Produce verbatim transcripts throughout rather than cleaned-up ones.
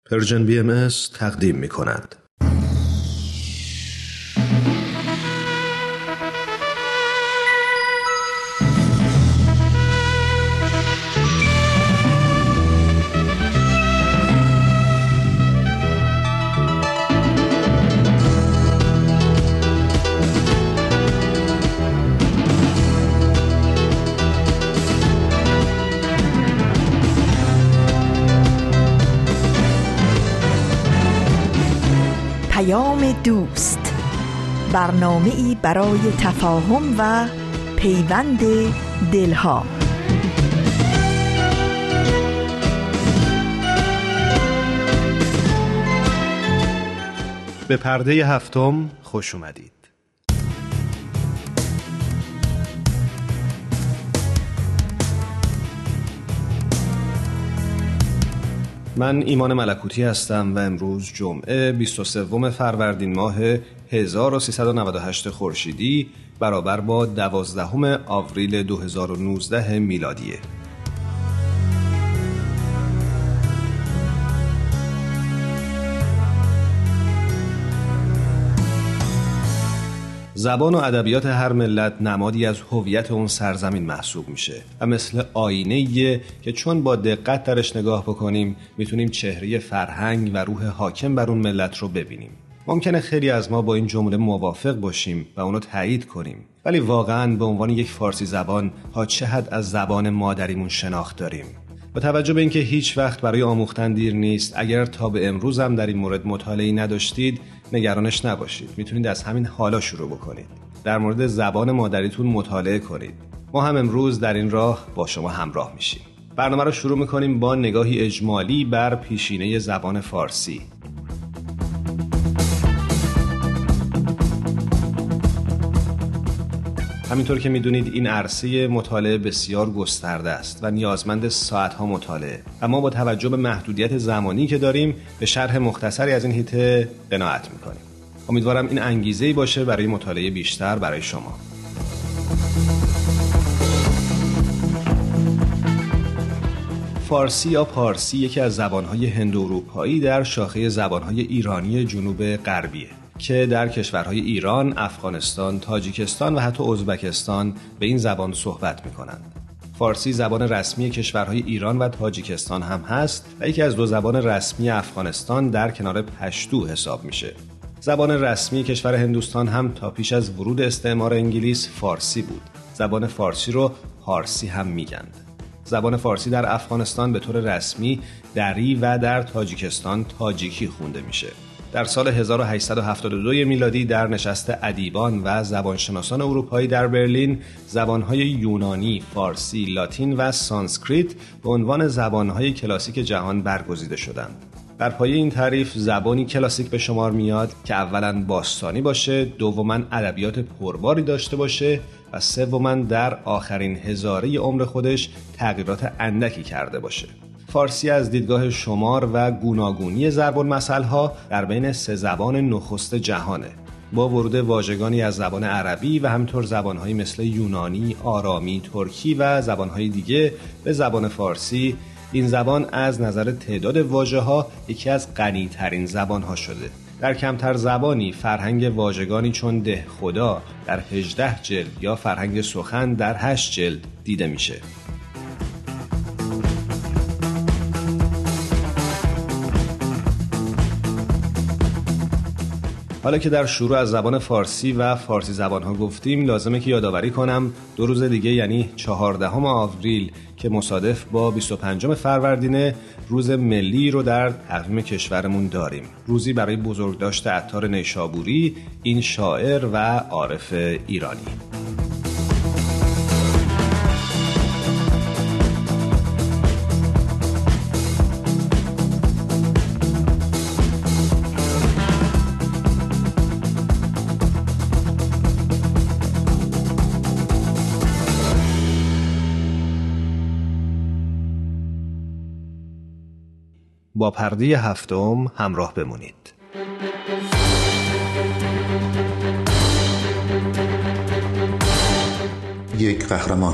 پرژن بی ام اس تقدیم می کند. دوست، برنامه‌ای برای تفاهم و پیوند دلها. به پرده هفتم خوش اومدید. من ایمان ملکوتی هستم و امروز جمعه بیست و سوم فروردین ماه هزار و سیصد و نود و هشت خورشیدی برابر با دوازدهم آوریل دو هزار و نوزده میلادیه. زبان و ادبیات هر ملت نمادی از هویت اون سرزمین محسوب میشه و مثل آینه‌ایه که چون با دقت درش نگاه بکنیم میتونیم چهره فرهنگ و روح حاکم بر اون ملت رو ببینیم. ممکنه خیلی از ما با این جمله موافق باشیم و اونو تایید کنیم، ولی واقعاً به عنوان یک فارسی زبان ها چه حد از زبان مادریمون شناخت داریم. با توجه به اینکه هیچ وقت برای آموختن دیر نیست، اگر تا به امروز هم در این مورد مطالعه‌ای نداشتید نگرانش نباشید. میتونید از همین حالا شروع بکنید. در مورد زبان مادریتون مطالعه کنید. ما هم امروز در این راه با شما همراه میشیم. برنامه رو شروع میکنیم با نگاهی اجمالی بر پیشینه زبان فارسی. همینطور که میدونید این عرصه مطالعه بسیار گسترده است و نیازمند ساعتها مطالعه و ما با توجه به محدودیت زمانی که داریم به شرح مختصری از این حیطه قناعت میکنیم. امیدوارم این انگیزه‌ای باشه برای مطالعه بیشتر برای شما. فارسی یا پارسی یکی از زبانهای هندواروپایی در شاخه زبانهای ایرانی جنوب غربیه که در کشورهای ایران، افغانستان، تاجیکستان و حتی ازبکستان به این زبان صحبت می‌کنند. فارسی زبان رسمی کشورهای ایران و تاجیکستان هم هست و یکی از دو زبان رسمی افغانستان در کنار پشتو حساب میشه. زبان رسمی کشور هندوستان هم تا پیش از ورود استعمار انگلیس فارسی بود. زبان فارسی رو پارسی هم میگند. زبان فارسی در افغانستان به طور رسمی دری و در تاجیکستان تاجیکی خونده میشه. در سال هزار و هشتصد و هفتاد و دو میلادی در نشست ادیبان و زبانشناسان اروپایی در برلین زبانهای یونانی، فارسی، لاتین و سانسکریت به عنوان زبانهای کلاسیک جهان برگزیده شدند. بر پایه این تعریف زبانی کلاسیک به شمار میاد که اولاً باستانی باشه، دوماً ادبیات پرباری داشته باشه و سوماً در آخرین هزاره عمر خودش تغییرات اندکی کرده باشه. فارسی از دیدگاه شمار و گوناگونی ضرب المثل‌ها در بین سه زبان نخست جهانه. با ورود واژگانی از زبان عربی و همینطور زبان‌هایی مثل یونانی، آرامی، ترکی و زبان‌های دیگه به زبان فارسی، این زبان از نظر تعداد واژه‌ها یکی از غنی‌ترین زبان‌ها شده. در کمتر زبانی فرهنگ واژگانی چون ده خدا در هجده جلد یا فرهنگ سخن در هشت جلد دیده میشه. حالا که در شروع از زبان فارسی و فارسی زبان‌ها گفتیم، لازمه که یادآوری کنم دو روز دیگه یعنی چهاردهم آوریل که مصادف با بیست و پنجم فروردین روز ملی رو در تقویم کشورمون داریم. روزی برای بزرگداشت عطار نیشابوری، این شاعر و عارف ایرانی. با پرده هفتم همراه بمونید. یک قهرمان.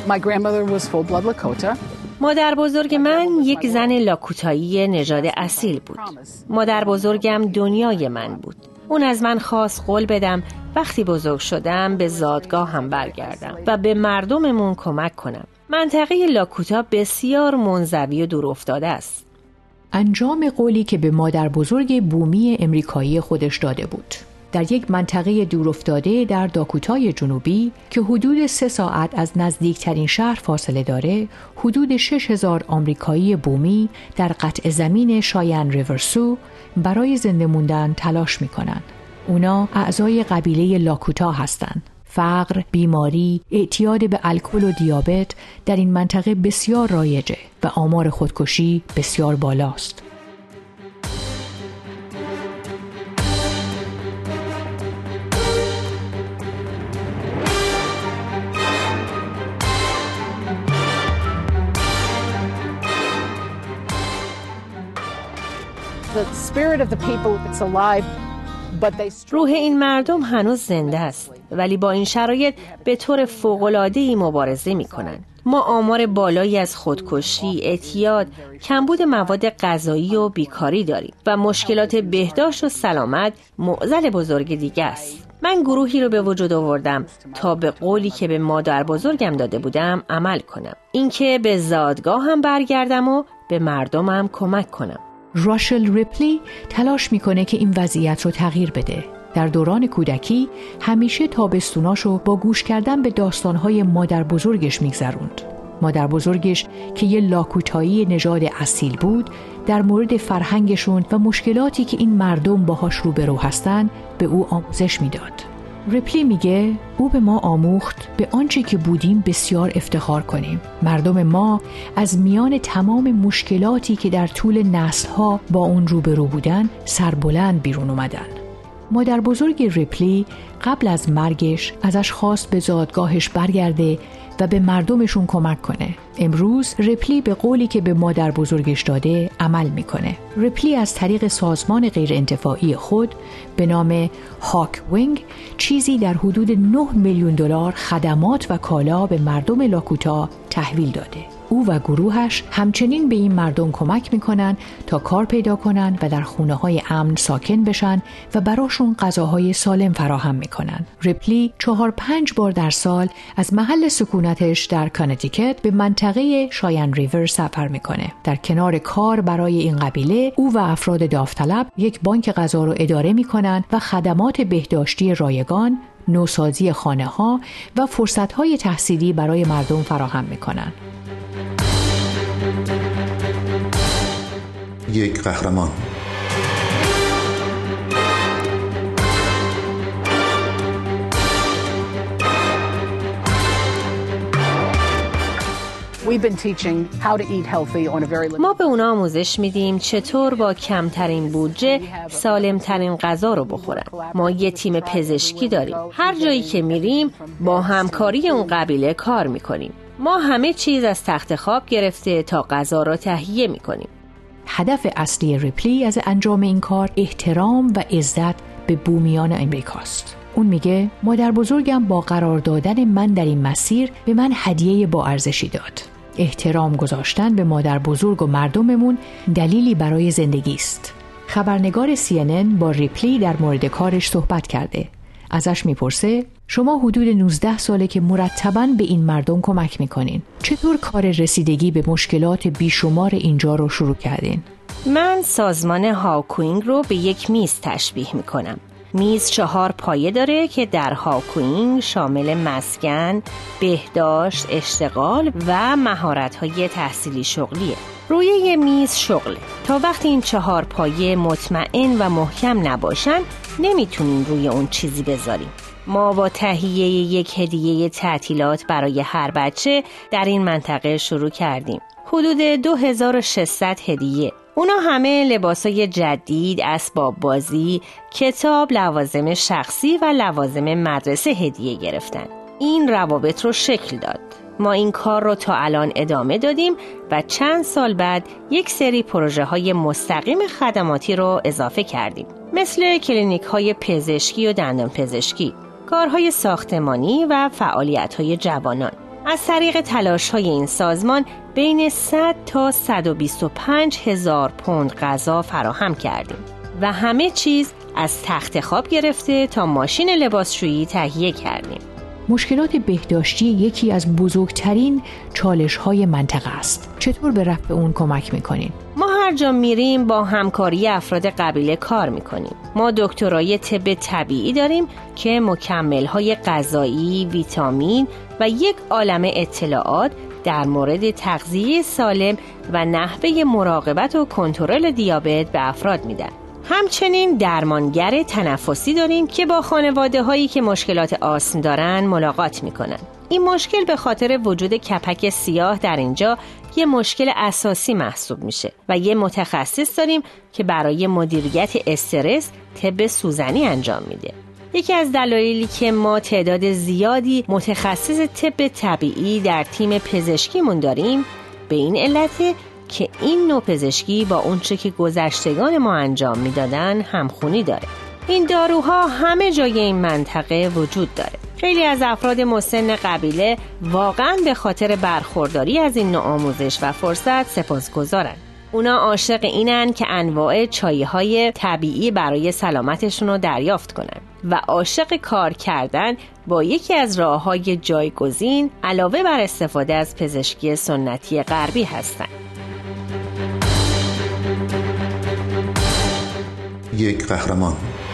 My grandmother was full-blood Lakota. مادر بزرگ من یک زن لاکوتایی نژاد اصیل بود. مادر بزرگم دنیای من بود. اون از من خواست قول بدم وقتی بزرگ شدم به زادگاه هم برگردم و به مردممون کمک کنم. منطقه لاکوتا بسیار منزوی و دور افتاده است. انجام قولی که به مادر بزرگ بومی امریکایی خودش داده بود. در یک منطقه دورافتاده در داکوتای جنوبی که حدود سه ساعت از نزدیکترین شهر فاصله داره، حدود شش هزار آمریکایی بومی در قطع زمین شاین ریورسو برای زنده موندن تلاش میکنن. اونا اعضای قبیله لاکوتا هستند. فقر، بیماری، اعتیاد به الکل و دیابت در این منطقه بسیار رایجه و آمار خودکشی بسیار بالاست. روح این مردم هنوز زنده است، ولی با این شرایط به طور فوق‌العاده‌ای مبارزه می‌کنند. ما آمار بالایی از خودکشی، اعتیاد، کمبود مواد غذایی و بیکاری داریم و مشکلات بهداشت و سلامت معضل بزرگ دیگه است. من گروهی رو به وجود آوردم تا به قولی که به مادر بزرگم داده بودم عمل کنم. اینکه به زادگاه هم برگردم و به مردمم کمک کنم. راشل ریپلی تلاش میکنه که این وضعیت رو تغییر بده. در دوران کودکی همیشه تابستوناشو با گوش کردن به داستانهای مادر بزرگش میگذروند. مادر بزرگش که یه لاکوتایی نژاد اصیل بود، در مورد فرهنگشون و مشکلاتی که این مردم باهاش روبرو هستن به او آموزش میداد. ریپلی میگه او به ما آموخت به آنچه که بودیم بسیار افتخار کنیم. مردم ما از میان تمام مشکلاتی که در طول نسل‌ها با اون روبرو بودن سربلند بیرون اومدن. مادر بزرگ ریپلی قبل از مرگش ازش خواست به زادگاهش برگرده و به مردمشون کمک کنه. امروز ریپلی به قولی که به مادر بزرگش داده عمل میکنه. ریپلی از طریق سازمان غیرانتفاعی خود به نام هاک وینگ چیزی در حدود نه میلیون دلار خدمات و کالا به مردم لاکوتا تحویل داده. او و گروهش همچنین به این مردم کمک میکنن تا کار پیدا کنن و در خونه‌های امن ساکن بشن و براشون غذاهای سالم فراهم میکنن. ریپلی چهار پنج بار در سال از محل سکونتش در کانتیکت به منطقه شاین ریور سفر میکنه. در کنار کار برای این قبیله او و افراد داوطلب یک بانک غذا رو اداره میکنن و خدمات بهداشتی رایگان، نوسازی خانه‌ها و فرصت‌های تحصیلی برای مردم فراهم میکنن. یک قهرمان. ما به اونا آموزش میدیم چطور با کمترین بودجه سالمترین غذا رو بخورن. ما یه تیم پزشکی داریم. هر جایی که میریم با همکاری اون قبیله کار میکنیم. ما همه چیز از تخت خواب گرفته تا غذا را تهیه میکنیم. هدف اصلی ریپلی از انجام این کار احترام و عزت به بومیان امریکاست. اون میگه مادر بزرگم با قرار دادن من در این مسیر به من هدیه با ارزشی داد. احترام گذاشتن به مادر بزرگ و مردممون دلیلی برای زندگی است. خبرنگار سی ان ان با ریپلی در مورد کارش صحبت کرده. ازش میپرسه شما حدود نوزده ساله که مرتباً به این مردم کمک میکنین. چطور کار رسیدگی به مشکلات بیشمار اینجا رو شروع کردین؟ من سازمان هاکوینگ رو به یک میز تشبیه میکنم. میز چهار پایه داره که در هاکوینگ شامل مسکن، بهداشت، اشتغال و مهارت‌های تحصیلی شغلیه. روی یه میز شغله. تا وقتی این چهار پایه مطمئن و محکم نباشن نمیتونیم روی اون چیزی بذاریم. ما با تهیه یک هدیه تعطیلات برای هر بچه در این منطقه شروع کردیم. حدود دو هزار و ششصد هدیه. اونا همه لباسای جدید، اسباب بازی، کتاب، لوازم شخصی و لوازم مدرسه هدیه گرفتن. این روابط رو شکل داد. ما این کار رو تا الان ادامه دادیم و چند سال بعد یک سری پروژه های مستقیم خدماتی رو اضافه کردیم. مثل کلینیک های پزشکی و دندان پزشکی، کارهای ساختمانی و فعالیت های جوانان. از طریق تلاش‌های این سازمان بین صد تا صد و بیست و پنج هزار پوند غذا فراهم کردیم و همه چیز از تخت خواب گرفته تا ماشین لباسشویی تهیه کردیم. مشکلات بهداشتی یکی از بزرگترین چالش‌های منطقه است. چطور به رفع اون کمک می‌کنین؟ ما هر جا میریم با همکاری افراد قبیله کار می‌کنیم. ما دکترای طب طبیعی داریم که مکمل‌های غذایی، ویتامین و یک عالمه اطلاعات در مورد تغذیه سالم و نحوه مراقبت و کنترل دیابت به افراد میدن. همچنین درمانگر تنفسی داریم که با خانواده هایی که مشکلات آسم دارن ملاقات میکنن. این مشکل به خاطر وجود کپک سیاه در اینجا یه مشکل اساسی محسوب میشه و یه متخصص داریم که برای مدیریت استرس طب سوزنی انجام میده. یکی از دلایلی که ما تعداد زیادی متخصص طب طبیعی در تیم پزشکیمون داریم به این علته که این نوع پزشکی با اونچه که گذشتگان ما انجام میدادن همخونی داره. این داروها همه جای این منطقه وجود داره. خیلی از افراد مسن قبیله واقعاً به خاطر برخورداری از این نوع آموزش و فرصت سپاسگزارن. اونا عاشق اینن که انواع چای‌های طبیعی برای سلامتشون رو دریافت کنن و عاشق کار کردن با یکی از راه‌های جایگزین علاوه بر استفاده از پزشکی سنتی غربی هستن. یک قهرمان.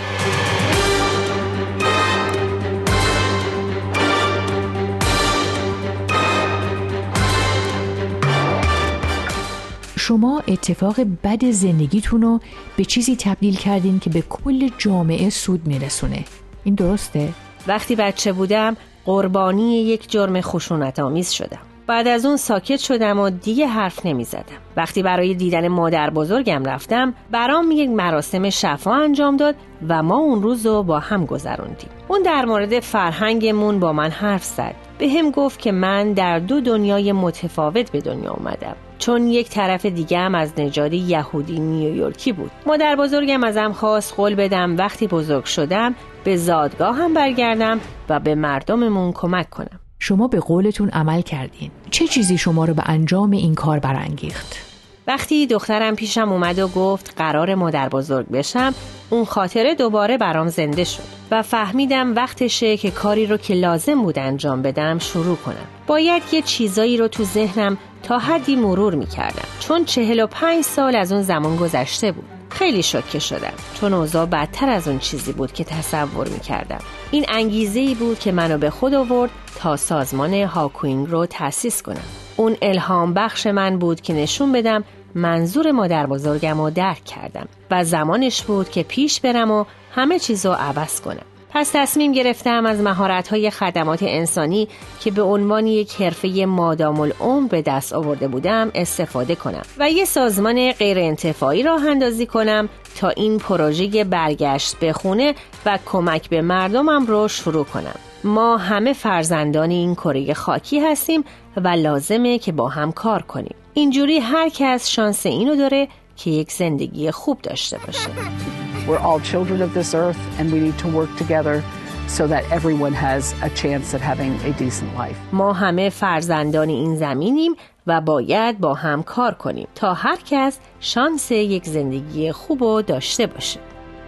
شما اتفاق بد زندگیتون رو به چیزی تبدیل کردین که به کل جامعه سود میرسونه. این درسته؟ وقتی بچه بودم قربانی یک جرم خشونت‌آمیز شدم. بعد از اون ساکت شدم و دیگه حرف نمی زدم. وقتی برای دیدن مادر بزرگم رفتم برام یک مراسم شفا انجام داد و ما اون روز رو با هم گذروندیم. اون در مورد فرهنگمون با من حرف زد. به هم گفت که من در دو دنیای متفاوت به دنیا اومدم، چون یک طرف دیگه هم از نژاد یهودی نیویورکی بود. مادر بزرگم ازم خواست قول بدم وقتی بزرگ شدم به زادگاهم برگردم و به مردممون کمک کنم. شما به قولتون عمل کردین. چه چیزی شما رو به انجام این کار برانگیخت؟ وقتی دخترم پیشم اومد و گفت قرار مادر بزرگ بشم، اون خاطره دوباره برام زنده شد و فهمیدم وقتشه که کاری رو که لازم بود انجام بدم شروع کنم. باید یه چیزایی رو تو ذهنم تا حدی مرور می‌کردم، چون چهل و پنج سال از اون زمان گذشته بود. خیلی شوکه شدم چون اوضاع بدتر از اون چیزی بود که تصور می‌کردم. این انگیزه‌ای بود که منو به خود آورد تا سازمان هاکوینگ رو تأسیس کنم. اون الهام بخش من بود که نشون بدم منظور مادر بزرگم رو درک کردم و زمانش بود که پیش برم و همه چیز رو عوض کنم. پس تصمیم گرفتم از مهارت‌های خدمات انسانی که به عنوان یک حرفه مادام العمر به دست آورده بودم استفاده کنم و یه سازمان غیر انتفاعی راه اندازی کنم تا این پروژه برگشت به خونه و کمک به مردمم رو شروع کنم. ما همه فرزندان این کره خاکی هستیم و لازمه که با هم کار کنیم. اینجوری هر کس شانس اینو داره که یک زندگی خوب داشته باشه. We're all children of this earth and we need to work together so that everyone has a chance at having a decent life. ما همه فرزندان این زمینیم و باید با هم کار کنیم تا هر کس شانس یک زندگی خوب رو داشته باشه.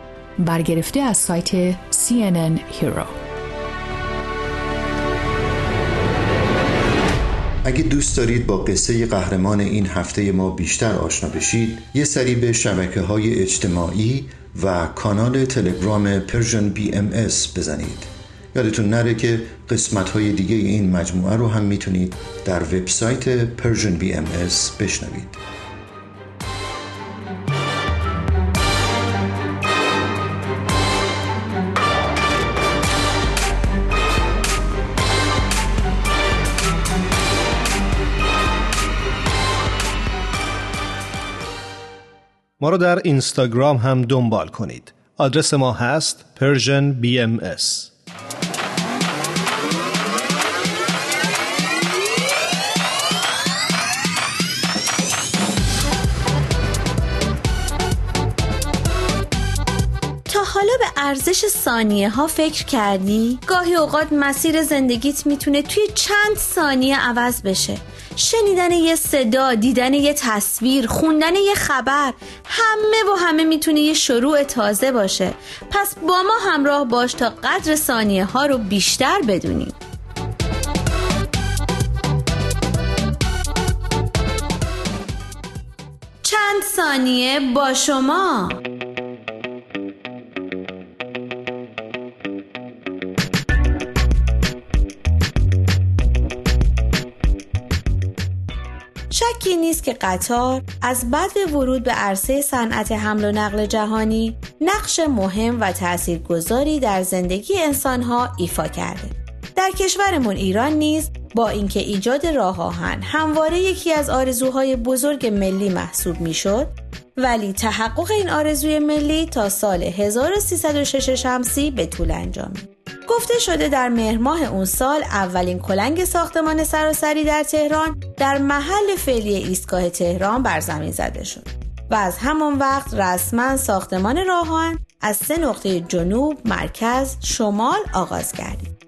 برگرفته از سایت سی ان ان Hero. اگه دوست دارید با قصه قهرمان این هفته ما بیشتر آشنا بشید، یه سری به شبکه‌های اجتماعی و کانال تلگرام پرژن بی ام اس بزنید. یادتون نره که قسمت‌های دیگه این مجموعه رو هم میتونید در وبسایت پرژن بی ام اس بشنوید. ما رو در اینستاگرام هم دنبال کنید. آدرس ما هست پرژن بی ام اس. تا حالا به ارزش ثانیه ها فکر کردی؟ گاهی اوقات مسیر زندگیت میتونه توی چند ثانیه عوض بشه. شنیدن یه صدا، دیدن یه تصویر، خوندن یه خبر، همه و همه میتونه یه شروع تازه باشه. پس با ما همراه باش تا قدر ثانیه ها رو بیشتر بدونیم. چند ثانیه با شما. شکی نیست که قطار از بعد ورود به عرصه صنعت حمل و نقل جهانی نقش مهم و تاثیرگذاری در زندگی انسان‌ها ایفا کرده. در کشورمون ایران نیز با اینکه ایجاد راه آهن همواره یکی از آرزوهای بزرگ ملی محسوب میشد، ولی تحقق این آرزوی ملی تا سال هزار و سیصد و شش شمسی به طول انجامید. گفته شده در مهر ماه اون سال اولین کلنگ ساختمان سراسری در تهران در محل فعلی ایستگاه تهران بر زمین زده شد و از همان وقت رسما ساختمان راه آهن از سه نقطه جنوب، مرکز، شمال آغاز گردید.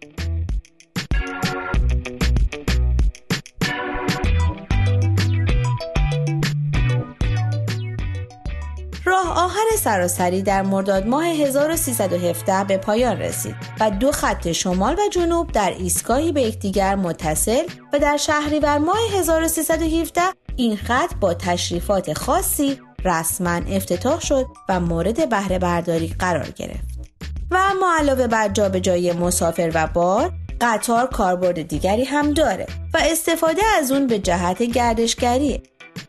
راه آهن سراسری در مرداد ماه هزار و سیصد و هفده به پایان رسید و دو خط شمال و جنوب در ایستگاهی به یکدیگر متصل و در شهریور ماه هزار و سیصد و هفده این خط با تشریفات خاصی رسما افتتاح شد و مورد بهره برداری قرار گرفت. و اما علاوه بر جابجایی مسافر و بار، قطار کاربرد دیگری هم داره و استفاده از اون به جهت گردشگریه.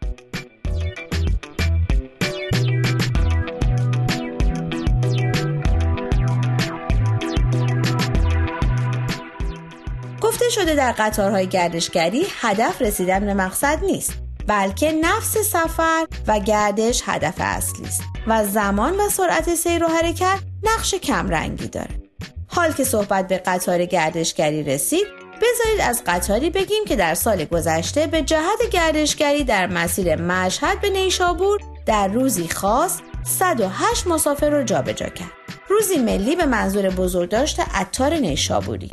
گفته شده در قطارهای گردشگری هدف رسیدن به مقصد نیست، بلکه نفس سفر و گردش هدف اصلی است و زمان و سرعت سیر و حرکت نقش کمرنگی داره. حال که صحبت به قطار گردشگری رسید، بذارید از قطاری بگیم که در سال گذشته به جهت گردشگری در مسیر مشهد به نیشابور در روزی خاص صد و هشت مسافر رو جابجا کرد. روزی ملی به منظور بزرگداشت عطار نیشابوری.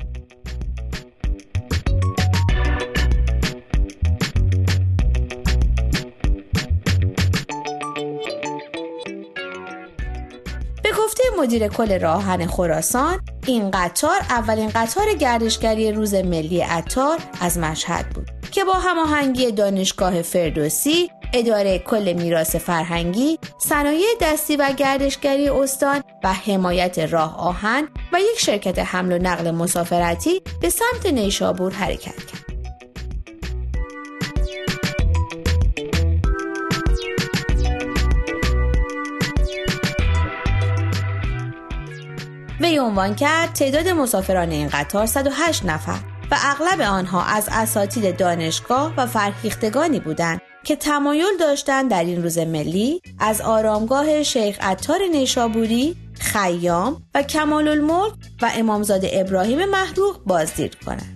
گفته مدیر کل راه آهن خراسان، این قطار اولین قطار گردشگری روز ملی عطار از مشهد بود که با هماهنگی دانشگاه فردوسی، اداره کل میراث فرهنگی، صنایع دستی و گردشگری استان و حمایت راه آهن و یک شرکت حمل و نقل مسافرتی به سمت نیشابور حرکت کرد. وی عنوان کرد تعداد مسافران این قطار صد و هشت نفر و اغلب آنها از اساتید دانشگاه و فرهیختگانی بودند که تمایل داشتند در این روز ملی از آرامگاه شیخ عطار نیشابوری، خیام و کمال الملک و امامزاده ابراهیم محروق بازدید کنند.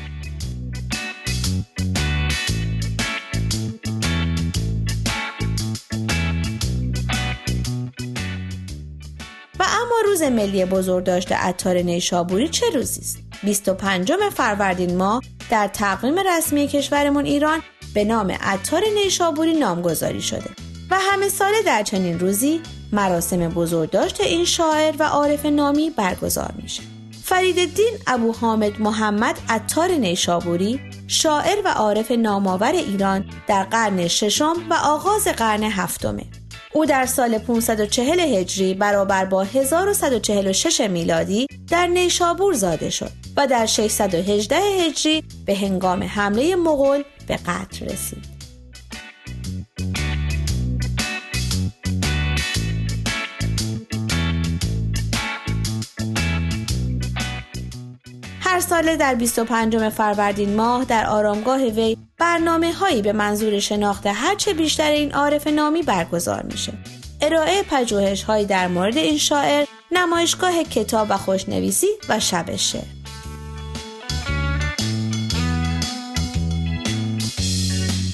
و اما روز ملی بزرگداشت عطار نیشابوری چه روزی است؟ بیست و پنجم فروردین ماه در تقویم رسمی کشورمون ایران به نام عطار نیشابوری نامگذاری شده و همه ساله در چنین روزی مراسم بزرگداشت این شاعر و عارف نامی برگزار میشه. فریدالدین ابو حامد محمد عطار نیشابوری، شاعر و عارف نامآور ایران در قرن ششم و آغاز قرن هفتم. او در سال پانصد و چهل هجری برابر با هزار و صد و چهل و شش میلادی در نیشابور زاده شد و در ششصد و هجده هجری به هنگام حمله مغول به قتل رسید. هر ساله در بیست و پنجم فروردین ماه در آرامگاه وی برنامه هایی به منظور شناخت هرچه بیشتر این عارف نامی برگزار میشه. ارائه پژوهش هایی در مورد این شاعر، نمایشگاه کتاب و خوشنویسی و شب شعر.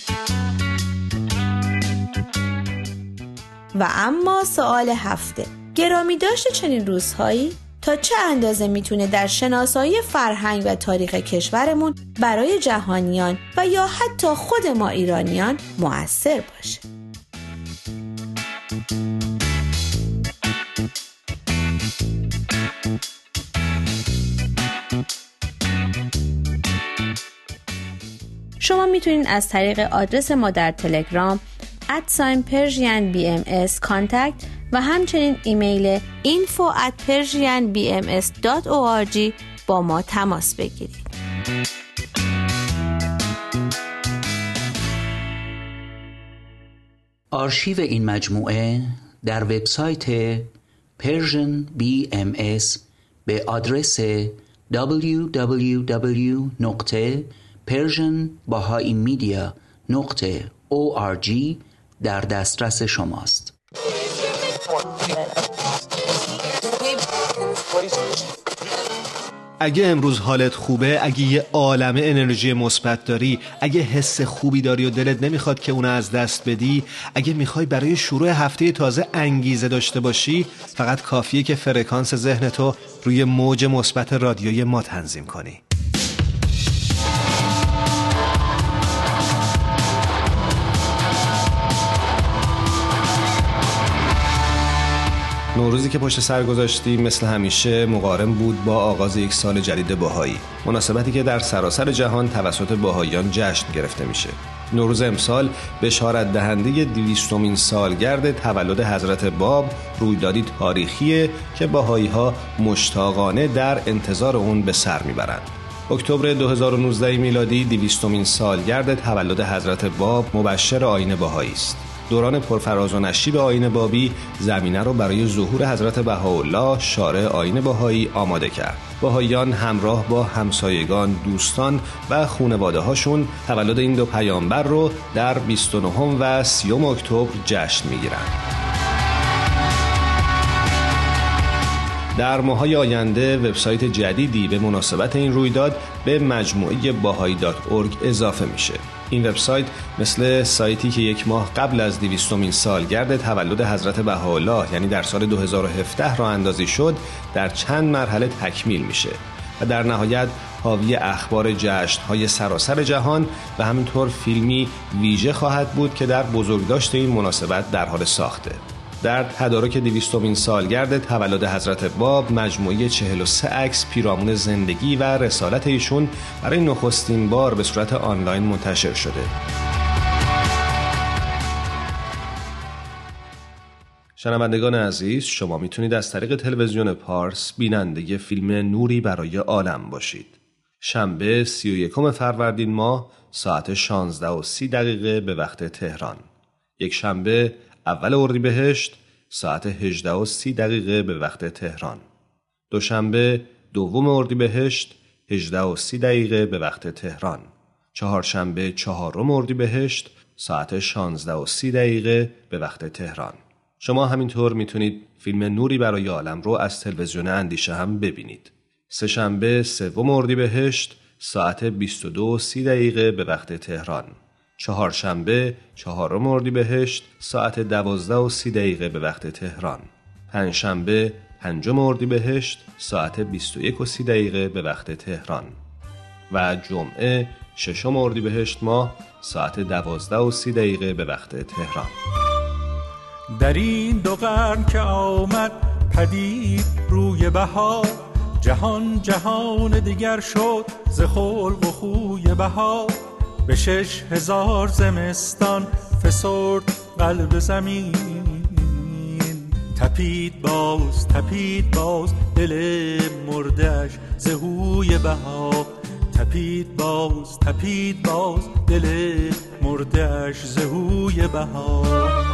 و اما سوال هفته، گرامی داشت چنین روزهایی تا چه اندازه میتونه در شناسایی فرهنگ و تاریخ کشورمون برای جهانیان و یا حتی خود ما ایرانیان مؤثر باشه. شما میتونید از طریق آدرس ما در تلگرام ات پرژین بی ام اس کانتکت و همچنین ایمیل اینفو ات پرژین بی ام اس دات او آر جی با ما تماس بگیرید. آرشیو این مجموعه در وبسایت پرژن بی ام اس به آدرس دبلیو دبلیو دبلیو دات پرژن بهایی مدیا دات او آر جی در دسترس شماست. اگه امروز حالت خوبه، اگه یه عالمه انرژی مثبت داری، اگه حس خوبی داری و دلت نمیخواد که اونو از دست بدی، اگه میخوای برای شروع هفته تازه انگیزه داشته باشی، فقط کافیه که فرکانس ذهنتو روی موج مثبت رادیوی ما تنظیم کنی. نوروزی که پشت سر گذاشتیم مثل همیشه مقارن بود با آغاز یک سال جدید بهایی، مناسبتی که در سراسر جهان توسط بهاییان جشن گرفته میشه. نوروز امسال بشارت دهنده دویستمین سالگرد تولد حضرت باب، رویدادی تاریخیه که بهایی‌ها مشتاقانه در انتظار اون به سر میبرند. اکتبر دو هزار و نوزده میلادی دویستمین سالگرد تولد حضرت باب مبشر آیین بهایی است. دوران پرفراز و نشیب آیین بابی زمینه رو برای ظهور حضرت بهاءالله شارع آیین بهایی آماده کرد. بهاییان همراه با همسایگان، دوستان و خانواده هاشون تولد این دو پیامبر رو در بیست و نهم و سیوم اکتبر جشن میگیرند. در ماهای آینده وبسایت جدیدی به مناسبت این رویداد به مجموعه باهایی دات اورگ اضافه میشه. این وبسایت مثل سایتی که یک ماه قبل از دویستمین سالگرد تولد حضرت بهاءالله یعنی در سال دو هزار و هفده راه اندازی شد، در چند مرحله تکمیل میشه و در نهایت حاوی اخبار جشن‌های سراسر جهان و همینطور فیلمی ویژه خواهد بود که در بزرگداشت این مناسبت در حال ساخته. در تدارک دویستمین سالگرد تولد حضرت باب مجموعه چهل و سه عکس پیرامون زندگی و رسالت ایشون برای نخستین بار به صورت آنلاین منتشر شده. شنوندگان عزیز، شما میتونید از طریق تلویزیون پارس بیننده فیلم نوری برای عالم باشید. شنبه سی و یکم فروردین ماه ساعت شانزده و سی دقیقه به وقت تهران. یک شنبه اول اردیبهشت ساعت هجده و سی دقیقه به وقت تهران. دوشنبه دوم اردیبهشت هجده و سی دقیقه به وقت تهران. چهارشنبه چهارم اردیبهشت ساعت شانزده و سی دقیقه به وقت تهران. شما همینطور میتونید فیلم نوری برای عالم رو از تلویزیون اندیشه هم ببینید. سه‌شنبه سوم اردیبهشت ساعت بیست و دو و سی دقیقه به وقت تهران. چهارشنبه چهارم اردیبهشت ساعت دوازده و سی دقیقه به وقت تهران. پنجشنبه پنجم اردیبهشت ساعت بیست و یک و سی دقیقه به وقت تهران. و جمعه ششم اردیبهشت ماه ساعت دوازده و سی دقیقه به وقت تهران. در این دو قرن که آمد پدید روی بهار، جهان جهان دیگر شد ز خلق و خوی بهار. به شش هزار زمستان فسرد قلب زمین، تپید باز تپید باز دل مردش ز هوی بهار. تپید باز تپید باز دل مردش ز هوی بهار.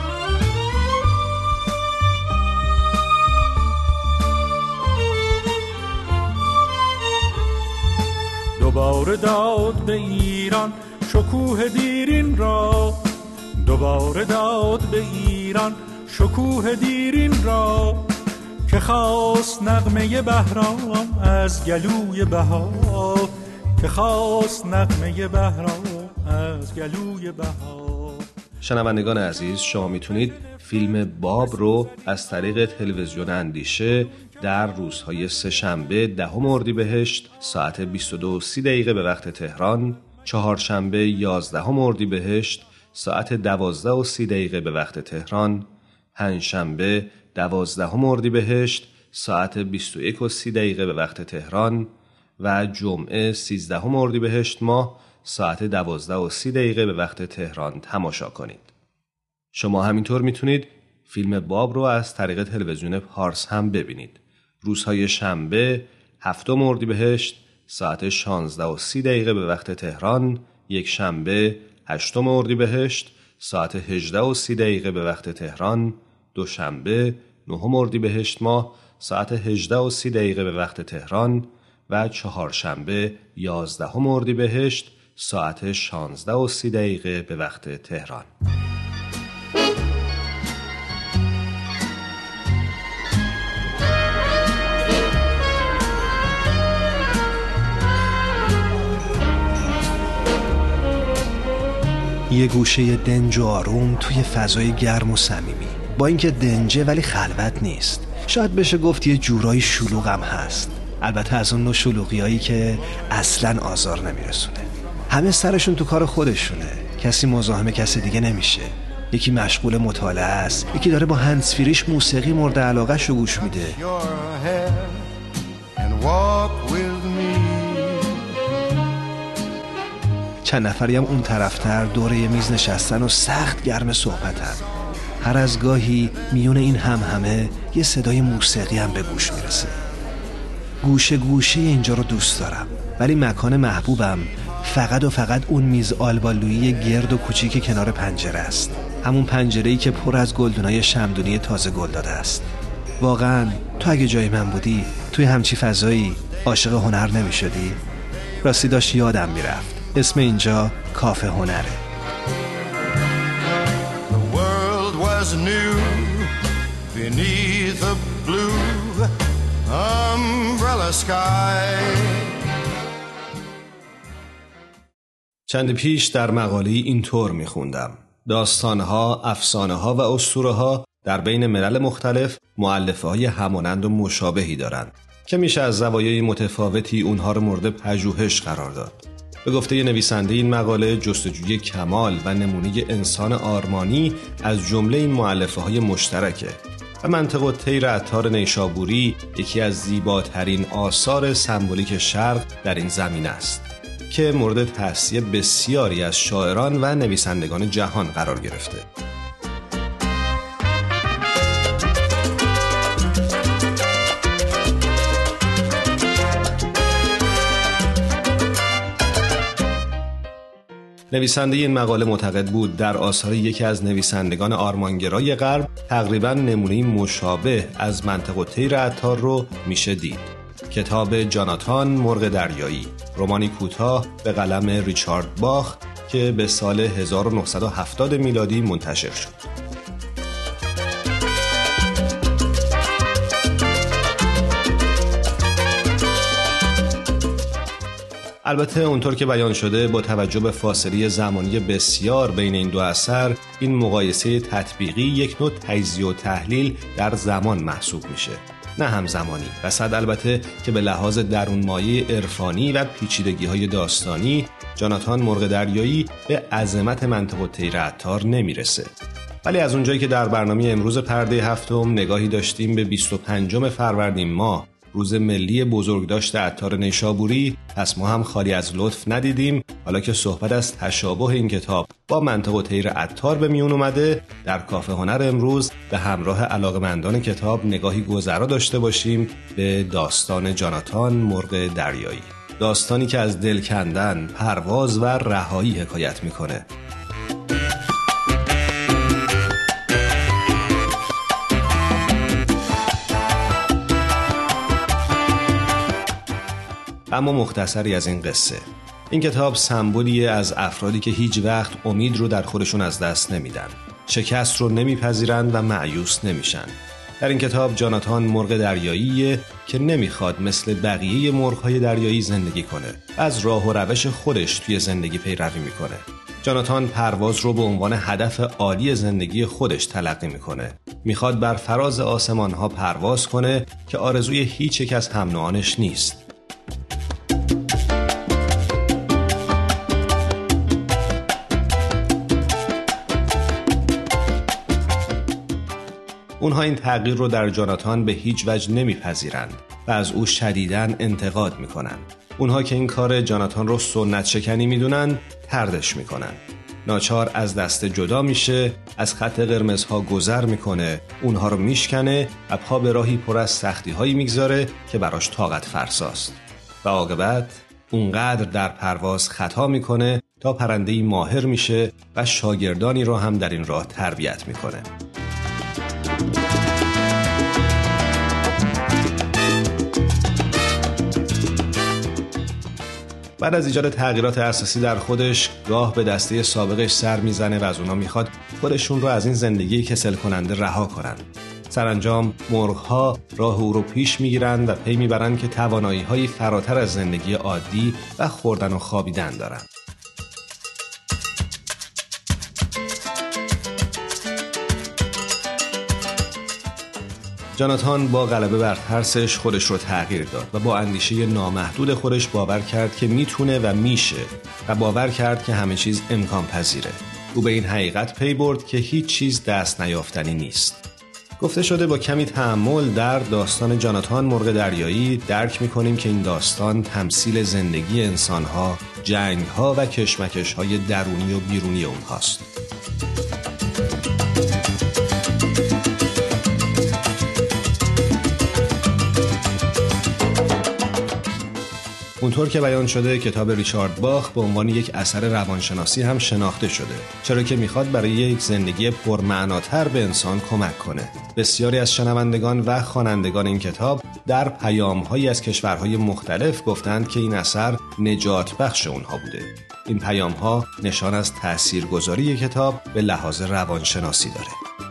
دوباره داد به ایران شکوه دیرین را، دوباره داد به ایران شکوه دیرین را، که خواست نغمه بهرام از گلوی بهار، که خواست نغمه بهرام از گلوی بهار. شنوندگان عزیز، شما میتونید فیلم باب رو از طریق تلویزیون اندیشه در روزهای سه‌شنبه دهم اردیبهشت ساعت بیست و دو و سی دقیقه به وقت تهران، چهارشنبه یازدهم اردیبهشت ساعت دوازده و سی دقیقه به وقت تهران، پنجشنبه دوازدهم اردیبهشت ساعت بیست و یک و سی دقیقه به وقت تهران و جمعه سیزدهم اردیبهشت ماه ساعت دوازده و سی دقیقه به وقت تهران تماشا کنید. شما همینطور میتونید فیلم باب رو از طریق تلویزیون پارس هم ببینید. روزهای شنبه هفتم اردیبهشت ساعت شانزده و سی دقیقه به وقت تهران، یک شنبه هشتم اردیبهشت ساعت هجده و سی دقیقه به وقت تهران، دوشنبه نهم اردیبهشت ماه ساعت هجده و سی دقیقه به وقت تهران و چهارشنبه یازدهم اردیبهشت ساعت شانزده و سی دقیقه به وقت تهران. یه گوشه دنج و آروم توی فضای گرم و صمیمی، با اینکه دنجه ولی خلوت نیست. شاید بشه گفت یه جورایی شلوغ هم هست، البته از اون نوع شلوغیایی که اصلاً آزار نمیرسونه. همه سرشون تو کار خودشونه، کسی مزاحم کسی دیگه نمیشه. یکی مشغول مطالعه است، یکی داره با هندزفریش موسیقی مورد علاقه‌ش رو گوش میده. چند نفری هم اون طرفتر دور یه میز نشستن و سخت گرم صحبتن. هر از گاهی میون این هم همه یه صدای موسیقی هم به گوش میرسه. گوشه گوشه اینجا رو دوست دارم، ولی مکان محبوبم فقط و فقط اون میز آلبالویی گرد و کوچیک کنار پنجره است. همون پنجره‌ای که پر از گلدونای شمعدونی تازه گل داده است. واقعاً تو اگه جای من بودی توی همچی فضایی عاشق هنر نمی‌شدی؟ راستی داشت یادم میرفت، اسم اینجا کافه هنره. The world was new beneath a blue umbrella sky. چند پیش در مقاله اینطور میخوندم: داستانها، افسانه‌ها و اسطوره‌ها در بین ملل مختلف مؤلفه‌های همانند و مشابهی دارند که میشه از زوایای متفاوتی اونها رو مورد پژوهش قرار داد. به گفته نویسنده این مقاله، جستجوی کمال و نمونه انسان آرمانی از جمله این مؤلفه‌های مشترکه و منطق الطیر عطار نیشابوری یکی از زیباترین آثار سمبولیک شرق در این زمینه است که مورد تأثیر بسیاری از شاعران و نویسندگان جهان قرار گرفته. نویسنده این مقاله معتقد بود در آثار یکی از نویسندگان آرمانگرای غرب تقریباً نمونه مشابه از منطق الطیر عطار رو میشه دید. کتاب جاناتان مرغ دریایی، رمانی کوتاه به قلم ریچارد باخ که به سال هزار و نهصد و هفتاد میلادی منتشر شد. البته اونطور که بیان شده، با توجه به فاصله زمانی بسیار بین این دو اثر، این مقایسه تطبیقی یک نوع تجزیه و تحلیل در زمان محسوب میشه، نه همزمانی. و صد البته که به لحاظ درونمایه عرفانی و پیچیدگی‌های داستانی، جاناتان مرغ دریایی به عظمت منطق الطیر عطار نمیرسه. ولی از اونجایی که در برنامه امروز پرده هفتم نگاهی داشتیم به بیست و پنجم فروردین ماه، روز ملی بزرگداشت عطار نیشابوری، پس ما هم خالی از لطف ندیدیم حالا که صحبت از تشابه این کتاب با منطق الطیر عطار به میون اومده، در کافه هنر امروز به همراه علاقه‌مندان کتاب نگاهی گذرا داشته باشیم به داستان جاناتان مرغ دریایی. داستانی که از دل کندن، پرواز و رهایی حکایت میکنه. اما مختصری از این قصه. این کتاب سمبولیه از افرادی که هیچ وقت امید رو در خودشون از دست نمیدن، شکست رو نمیپذیرند و مایوس نمیشن. در این کتاب جاناتان مرغ دریاییه که نمیخواد مثل بقیه مرغ‌های دریایی زندگی کنه. از راه و روش خودش توی زندگی پیروی میکنه. جاناتان پرواز رو به عنوان هدف عالی زندگی خودش تلقی میکنه. میخواد بر فراز آسمان‌ها پرواز کنه که آرزوی هیچ یک از هم نوعانش نیست. اونها این تغییر رو در جاناتان به هیچ وجه نمیپذیرند و از او شدیداً انتقاد میکنن. اونها که این کار جاناتان رو سنت شکنی میدونن، طردش میکنن. ناچار از دست جدا میشه، از خط قرمزها گذر میکنه، اونها رو میشکنه و پا به راهی پر از سختی هایی میگذاره که براش طاقت فرساست. و عاقبت اونقدر در پرواز خطا میکنه تا پرنده‌ای ماهر میشه و شاگردانی رو هم در این راه تربیت میکنه. بعد از ایجاد تغییرات اساسی در خودش، گاه به دسته سابقش سر میزنه و از اونا میخواد خودشون رو از این زندگی کسل کننده رها کنن. سرانجام مرغ‌ها راه او رو پیش میگیرن و پی میبرن که توانایی‌هایی فراتر از زندگی عادی و خوردن و خوابیدن دارن. جاناتان با غلبه بر ترسش خودش رو تغییر داد و با اندیشه نامحدود خودش باور کرد که میتونه و میشه و باور کرد که همه چیز امکان پذیره. او به این حقیقت پی برد که هیچ چیز دست نیافتنی نیست. گفته شده با کمی تأمل در داستان جاناتان مرغ دریایی درک میکنیم که این داستان تمثیل زندگی انسانها، جنگها و کشمکشهای درونی و بیرونی اونهاست. اونطور که بیان شده کتاب ریچارد باخ به عنوان یک اثر روانشناسی هم شناخته شده، چرا که میخواد برای یک زندگی پرمعناتر به انسان کمک کنه. بسیاری از شنوندگان و خوانندگان این کتاب در پیام‌هایی از کشورهای مختلف گفتند که این اثر نجات بخش اونها بوده. این پیام‌ها نشان از تاثیرگذاری کتاب به لحاظ روانشناسی داره.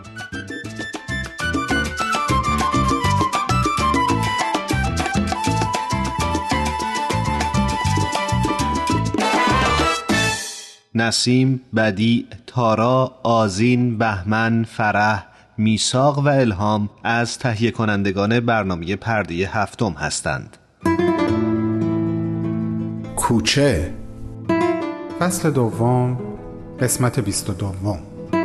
نسیم، بدیع، تارا، آذین، بهمن، فرح، میثاق و الهام از تهیه کنندگان برنامه پرده هفتم هستند. کوچه، فصل دوم، قسمت بیست و دوم.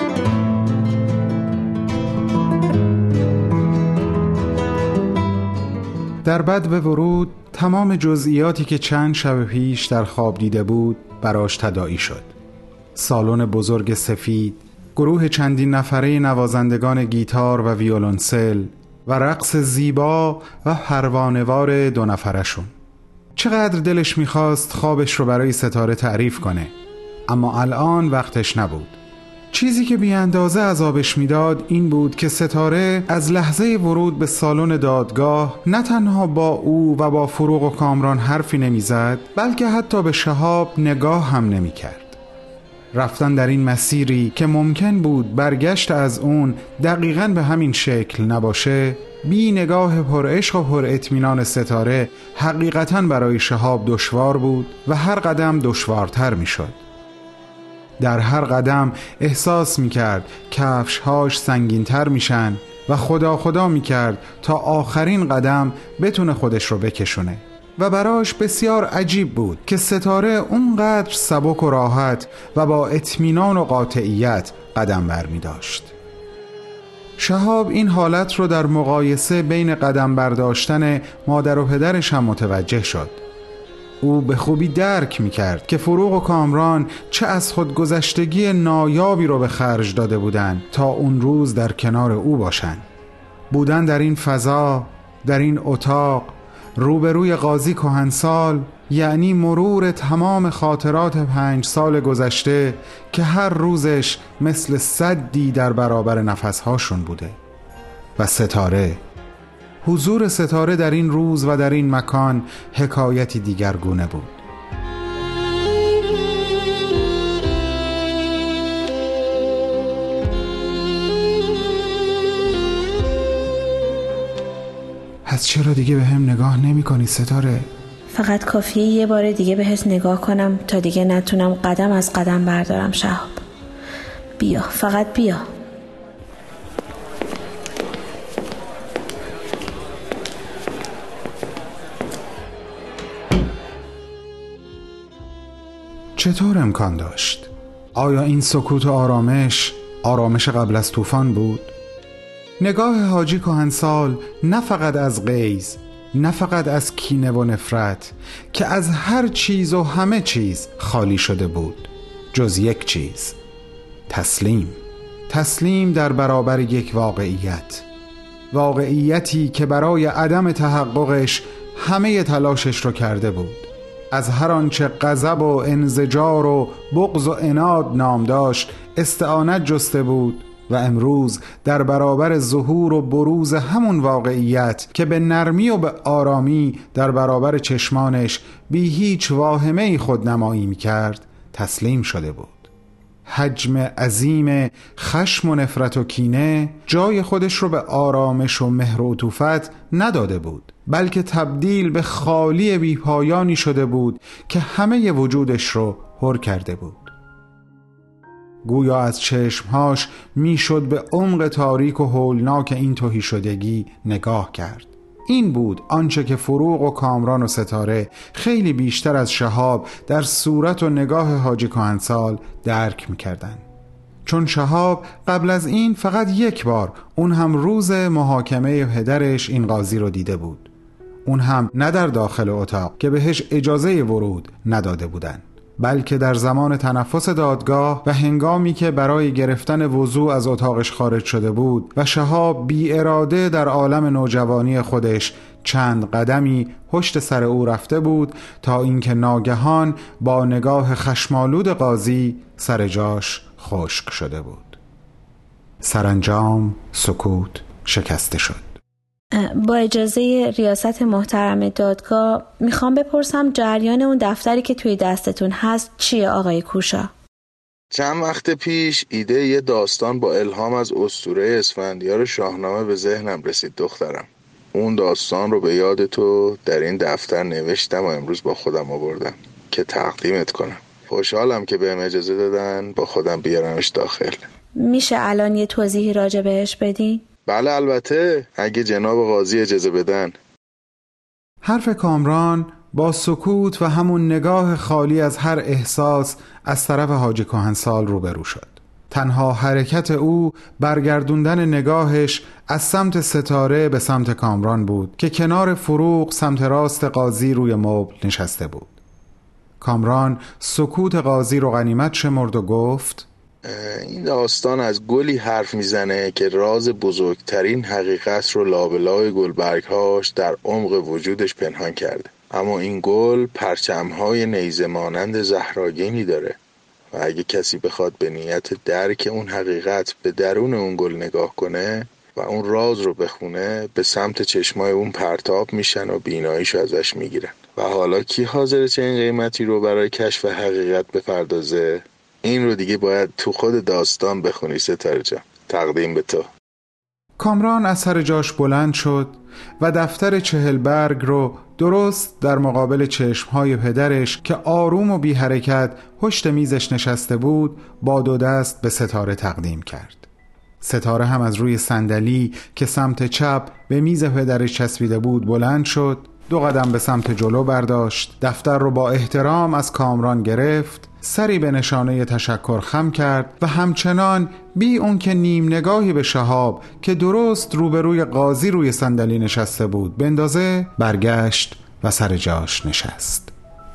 در بد به ورود تمام جزئیاتی که چند شب پیش در خواب دیده بود براش تداعی شد. سالن بزرگ سفید، گروه چندین نفره نوازندگان گیتار و ویولنسل و رقص زیبا و پروانه‌وار دو نفرشون. چقدر دلش میخواست خوابش رو برای ستاره تعریف کنه، اما الان وقتش نبود. چیزی که بی اندازه عذابش میداد این بود که ستاره از لحظه ورود به سالن دادگاه نه تنها با او و با فروغ و کامران حرفی نمیزد، بلکه حتی به شهاب نگاه هم نمیکرد. رفتن در این مسیری که ممکن بود برگشت از اون دقیقاً به همین شکل نباشه، بی نگاه پر عشق و پر اطمینان ستاره حقیقتاً برای شهاب دشوار بود و هر قدم دشوارتر میشد. در هر قدم احساس میکرد کفشهاش سنگینتر میشن و خدا خدا میکرد تا آخرین قدم بتونه خودش رو بکشونه. و براش بسیار عجیب بود که ستاره اونقدر سبک و راحت و با اطمینان و قاطعیت قدم برمی داشت. شهاب این حالت رو در مقایسه بین قدم برداشتن مادر و پدرش هم متوجه شد. او به خوبی درک می کرد که فروغ و کامران چه از خودگذشتگی نایابی رو به خرج داده بودن تا اون روز در کنار او باشن. بودن در این فضا، در این اتاق، روبروی قاضی کهنسال، یعنی مرور تمام خاطرات پنج سال گذشته که هر روزش مثل سدی در برابر نفسهاشون بوده. و ستاره، حضور ستاره در این روز و در این مکان حکایتی دیگرگونه بود. پس چرا دیگه به هم نگاه نمی کنی ستاره؟ فقط کافیه یه بار دیگه بهت نگاه کنم تا دیگه نتونم قدم از قدم بردارم شهاب. بیا، فقط بیا. چطور امکان داشت؟ آیا این سکوت و آرامش آرامش قبل از طوفان بود؟ نگاه حاجی کهنسال نه فقط از غیظ، نه فقط از کینه و نفرت، که از هر چیز و همه چیز خالی شده بود جز یک چیز: تسلیم. تسلیم در برابر یک واقعیت، واقعیتی که برای عدم تحققش همه تلاشش رو کرده بود. از هر آنچه غضب و انزجار و بغض و عناد نام داشت استعانت جسته بود و امروز در برابر ظهور و بروز همون واقعیت که به نرمی و به آرامی در برابر چشمانش بی هیچ واهمه‌ای خودنمایی می‌کرد تسلیم شده بود. حجم عظیم خشم و نفرت و کینه جای خودش رو به آرامش و مهر و عطوفت نداده بود، بلکه تبدیل به خالی بیپایانی شده بود که همه وجودش رو پر کرده بود. گویا از چشمهاش میشد به عمق تاریک و هولناک این تهی شدگی نگاه کرد. این بود آنچه که فروغ و کامران و ستاره خیلی بیشتر از شهاب در صورت و نگاه حاجی کهنسال درک میکردن، چون شهاب قبل از این فقط یک بار، اون هم روز محاکمه پدرش، این قاضی رو دیده بود. اون هم نه در داخل اتاق که بهش اجازه ورود نداده بودن، بلکه در زمان تنفس دادگاه و هنگامی که برای گرفتن وضوع از اتاقش خارج شده بود و شهاب بی اراده در عالم نوجوانی خودش چند قدمی پشت سر او رفته بود تا اینکه ناگهان با نگاه خشمالود قاضی سر جاش خشک شده بود. سرانجام سکوت شکسته شد. با اجازه ریاست محترم دادگاه میخوام بپرسم جریان اون دفتری که توی دستتون هست چیه آقای کوشا؟ چند وقت پیش ایده یه داستان با الهام از اسطوره اسفندیار شاهنامه به ذهنم رسید دخترم. اون داستان رو به یاد تو در این دفتر نوشتم و امروز با خودم آوردم که تقدیمت کنم. خوشحالم که بهم اجازه دادن با خودم بیارمش داخل. میشه الان یه توضیحی راجع بهش بدین؟ بله البته، اگه جناب قاضی اجازه بدن. حرف کامران با سکوت و همون نگاه خالی از هر احساس از طرف حاجی کهنسال روبرو شد. تنها حرکت او برگردوندن نگاهش از سمت ستاره به سمت کامران بود که کنار فروغ سمت راست قاضی روی مبل نشسته بود. کامران سکوت قاضی رو غنیمت شمرد و گفت: این داستان از گلی حرف میزنه که راز بزرگترین حقیقت رو لابلای گلبرگهاش در عمق وجودش پنهان کرده. اما این گل پرچمهای نیزه مانند زهرآگینی داره و اگه کسی بخواد به نیت درک اون حقیقت به درون اون گل نگاه کنه و اون راز رو بخونه، به سمت چشمای اون پرتاب میشن و بیناییشو ازش میگیرن. و حالا کی حاضر چنین قیمتی رو برای کشف حقیقت بپردازه؟ این رو دیگه باید تو خود داستان بخونی ستاره جان. تقدیم به تو. کامران از سر جاش بلند شد و دفتر چهل برگ رو درست در مقابل چشمهای پدرش که آروم و بی حرکت پشت میزش نشسته بود با دو دست به ستاره تقدیم کرد. ستاره هم از روی صندلی که سمت چپ به میز پدرش چسبیده بود بلند شد، دو قدم به سمت جلو برداشت، دفتر رو با احترام از کامران گرفت، سری به نشانه تشکر خم کرد و همچنان بی اون که نیم نگاهی به شهاب که درست روبروی قاضی روی صندلی نشسته بود بندازه، برگشت و سر جاش نشست.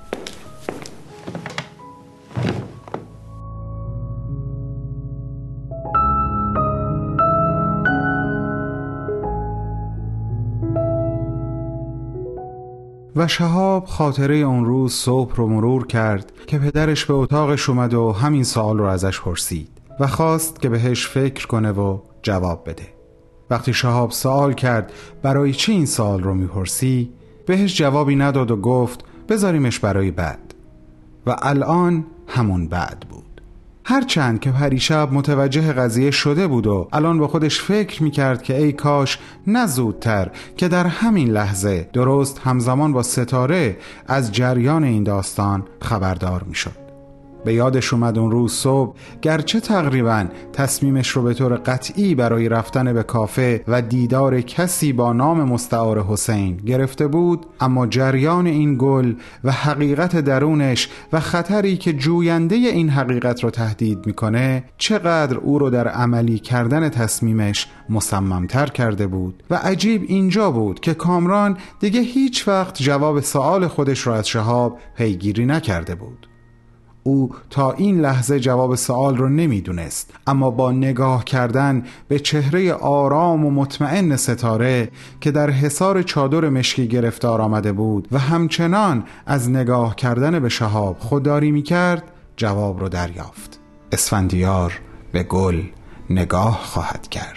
و شهاب خاطره اون روز صبح رو مرور کرد که پدرش به اتاقش اومد و همین سوال رو ازش پرسید و خواست که بهش فکر کنه و جواب بده. وقتی شهاب سوال کرد برای چی این سوال رو میپرسی، بهش جوابی نداد و گفت بذاریمش برای بعد. و الان همون بعد بود. هرچند که پریشب متوجه قضیه شده بود و الان با خودش فکر میکرد که ای کاش نه زودتر که در همین لحظه درست همزمان با ستاره از جریان این داستان خبردار میشد. به یادش اومد اون روز صبح گرچه تقریباً تصمیمش رو به طور قطعی برای رفتن به کافه و دیدار کسی با نام مستعار حسین گرفته بود، اما جریان این گل و حقیقت درونش و خطری که جوینده این حقیقت رو تهدید میکنه چقدر او رو در عملی کردن تصمیمش مصممتر کرده بود. و عجیب اینجا بود که کامران دیگه هیچ وقت جواب سوال خودش رو از شهاب پیگیری نکرده بود. او تا این لحظه جواب سوال رو نمیدونست، اما با نگاه کردن به چهره آرام و مطمئن ستاره که در حصار چادر مشکی گرفتار آمده بود و همچنان از نگاه کردن به شهاب خودداری میکرد، جواب رو دریافت. اسفندیار به گل نگاه خواهد کرد.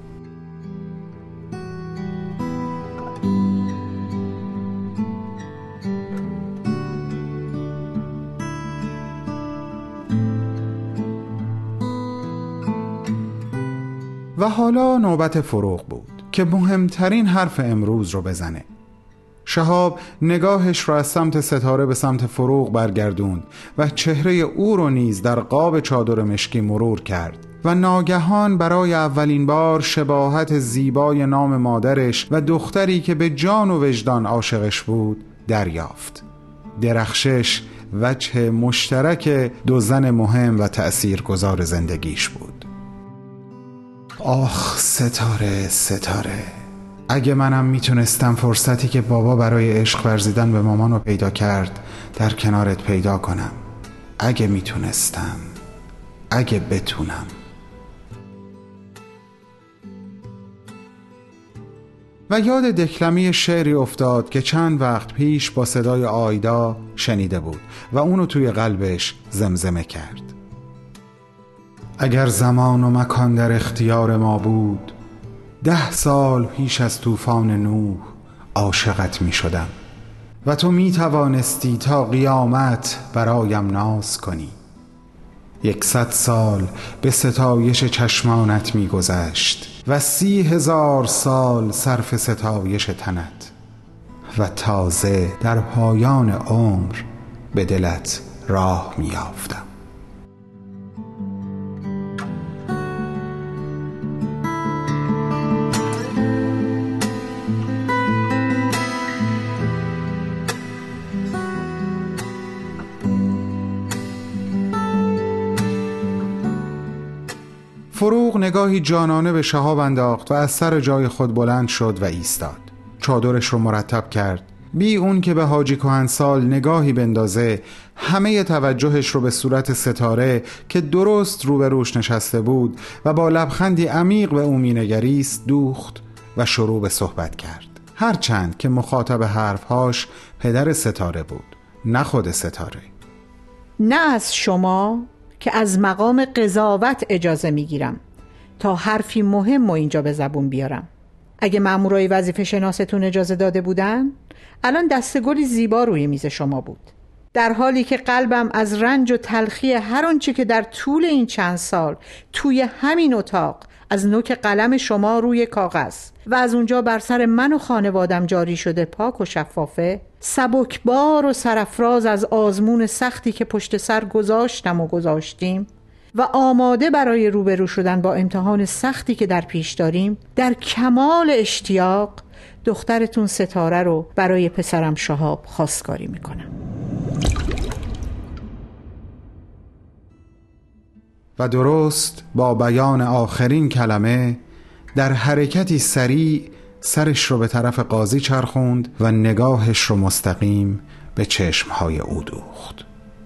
و حالا نوبت فروغ بود که مهمترین حرف امروز رو بزنه. شهاب نگاهش رو از سمت ستاره به سمت فروغ برگردوند و چهره او رو نیز در قاب چادر مشکی مرور کرد و ناگهان برای اولین بار شباهت زیبای نام مادرش و دختری که به جان و وجدان عاشقش بود دریافت. درخشش وجه مشترک دو زن مهم و تأثیرگذار زندگیش بود. آخ ستاره ستاره، اگه منم میتونستم فرصتی که بابا برای عشق ورزیدن به مامانو پیدا کرد در کنارت پیدا کنم. اگه میتونستم، اگه بتونم. و یاد دکلمی شعری افتاد که چند وقت پیش با صدای آیدا شنیده بود و اونو توی قلبش زمزمه کرد. اگر زمان و مکان در اختیار ما بود، ده سال پیش از طوفان نوح عاشقت می شدم و تو می توانستی تا قیامت برایم ناز کنی. یکصد سال به ستایش چشمانت می گذشت و سی هزار سال صرف ستایش تنت و تازه در پایان عمر به دلت راه می یافتم. فروغ نگاهی جانانه به شهاب انداخت و از سر جای خود بلند شد و ایستاد. چادرش رو مرتب کرد. بی اون که به حاجی کهنسال نگاهی بندازه، همه توجهش رو به صورت ستاره که درست روبروش نشسته بود و با لبخندی عمیق به او مینگریست دوخت و شروع به صحبت کرد. هرچند که مخاطب حرفهاش پدر ستاره بود، نه خود ستاره. نه از شما که از مقام قضاوت اجازه میگیرم تا حرفی مهم و اینجا به زبون بیارم. اگه مامورای وظیفه شناستون اجازه داده بودن، الان دسته گلی زیبا روی میز شما بود. در حالی که قلبم از رنج و تلخی هر آنچه که در طول این چند سال توی همین اتاق از نوک قلم شما روی کاغذ و از اونجا بر سر من و خانوادم جاری شده پاک و شفافه، سبکبار و سرافراز از آزمون سختی که پشت سر گذاشتم و گذاشتیم و آماده برای روبرو شدن با امتحان سختی که در پیش داریم، در کمال اشتیاق دخترتون ستاره رو برای پسرم شهاب خواستگاری میکنم. و درست با بیان آخرین کلمه در حرکتی سریع سرش رو به طرف قاضی چرخوند و نگاهش رو مستقیم به چشمهای او دوخت.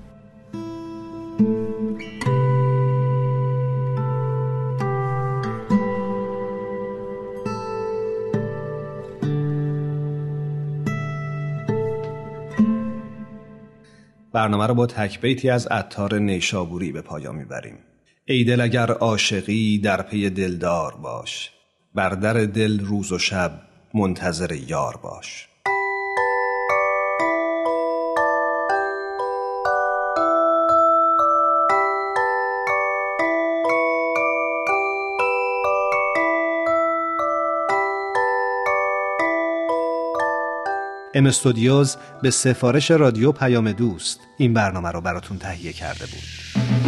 برنامه رو با تکبیتی از عطار نیشابوری به پایان میبریم. ای دل اگر عاشقی در پی دلدار باش، بر در دل روز و شب منتظر یار باش. ام استودیوز به سفارش رادیو پیام دوست این برنامه رو براتون تهیه کرده بود.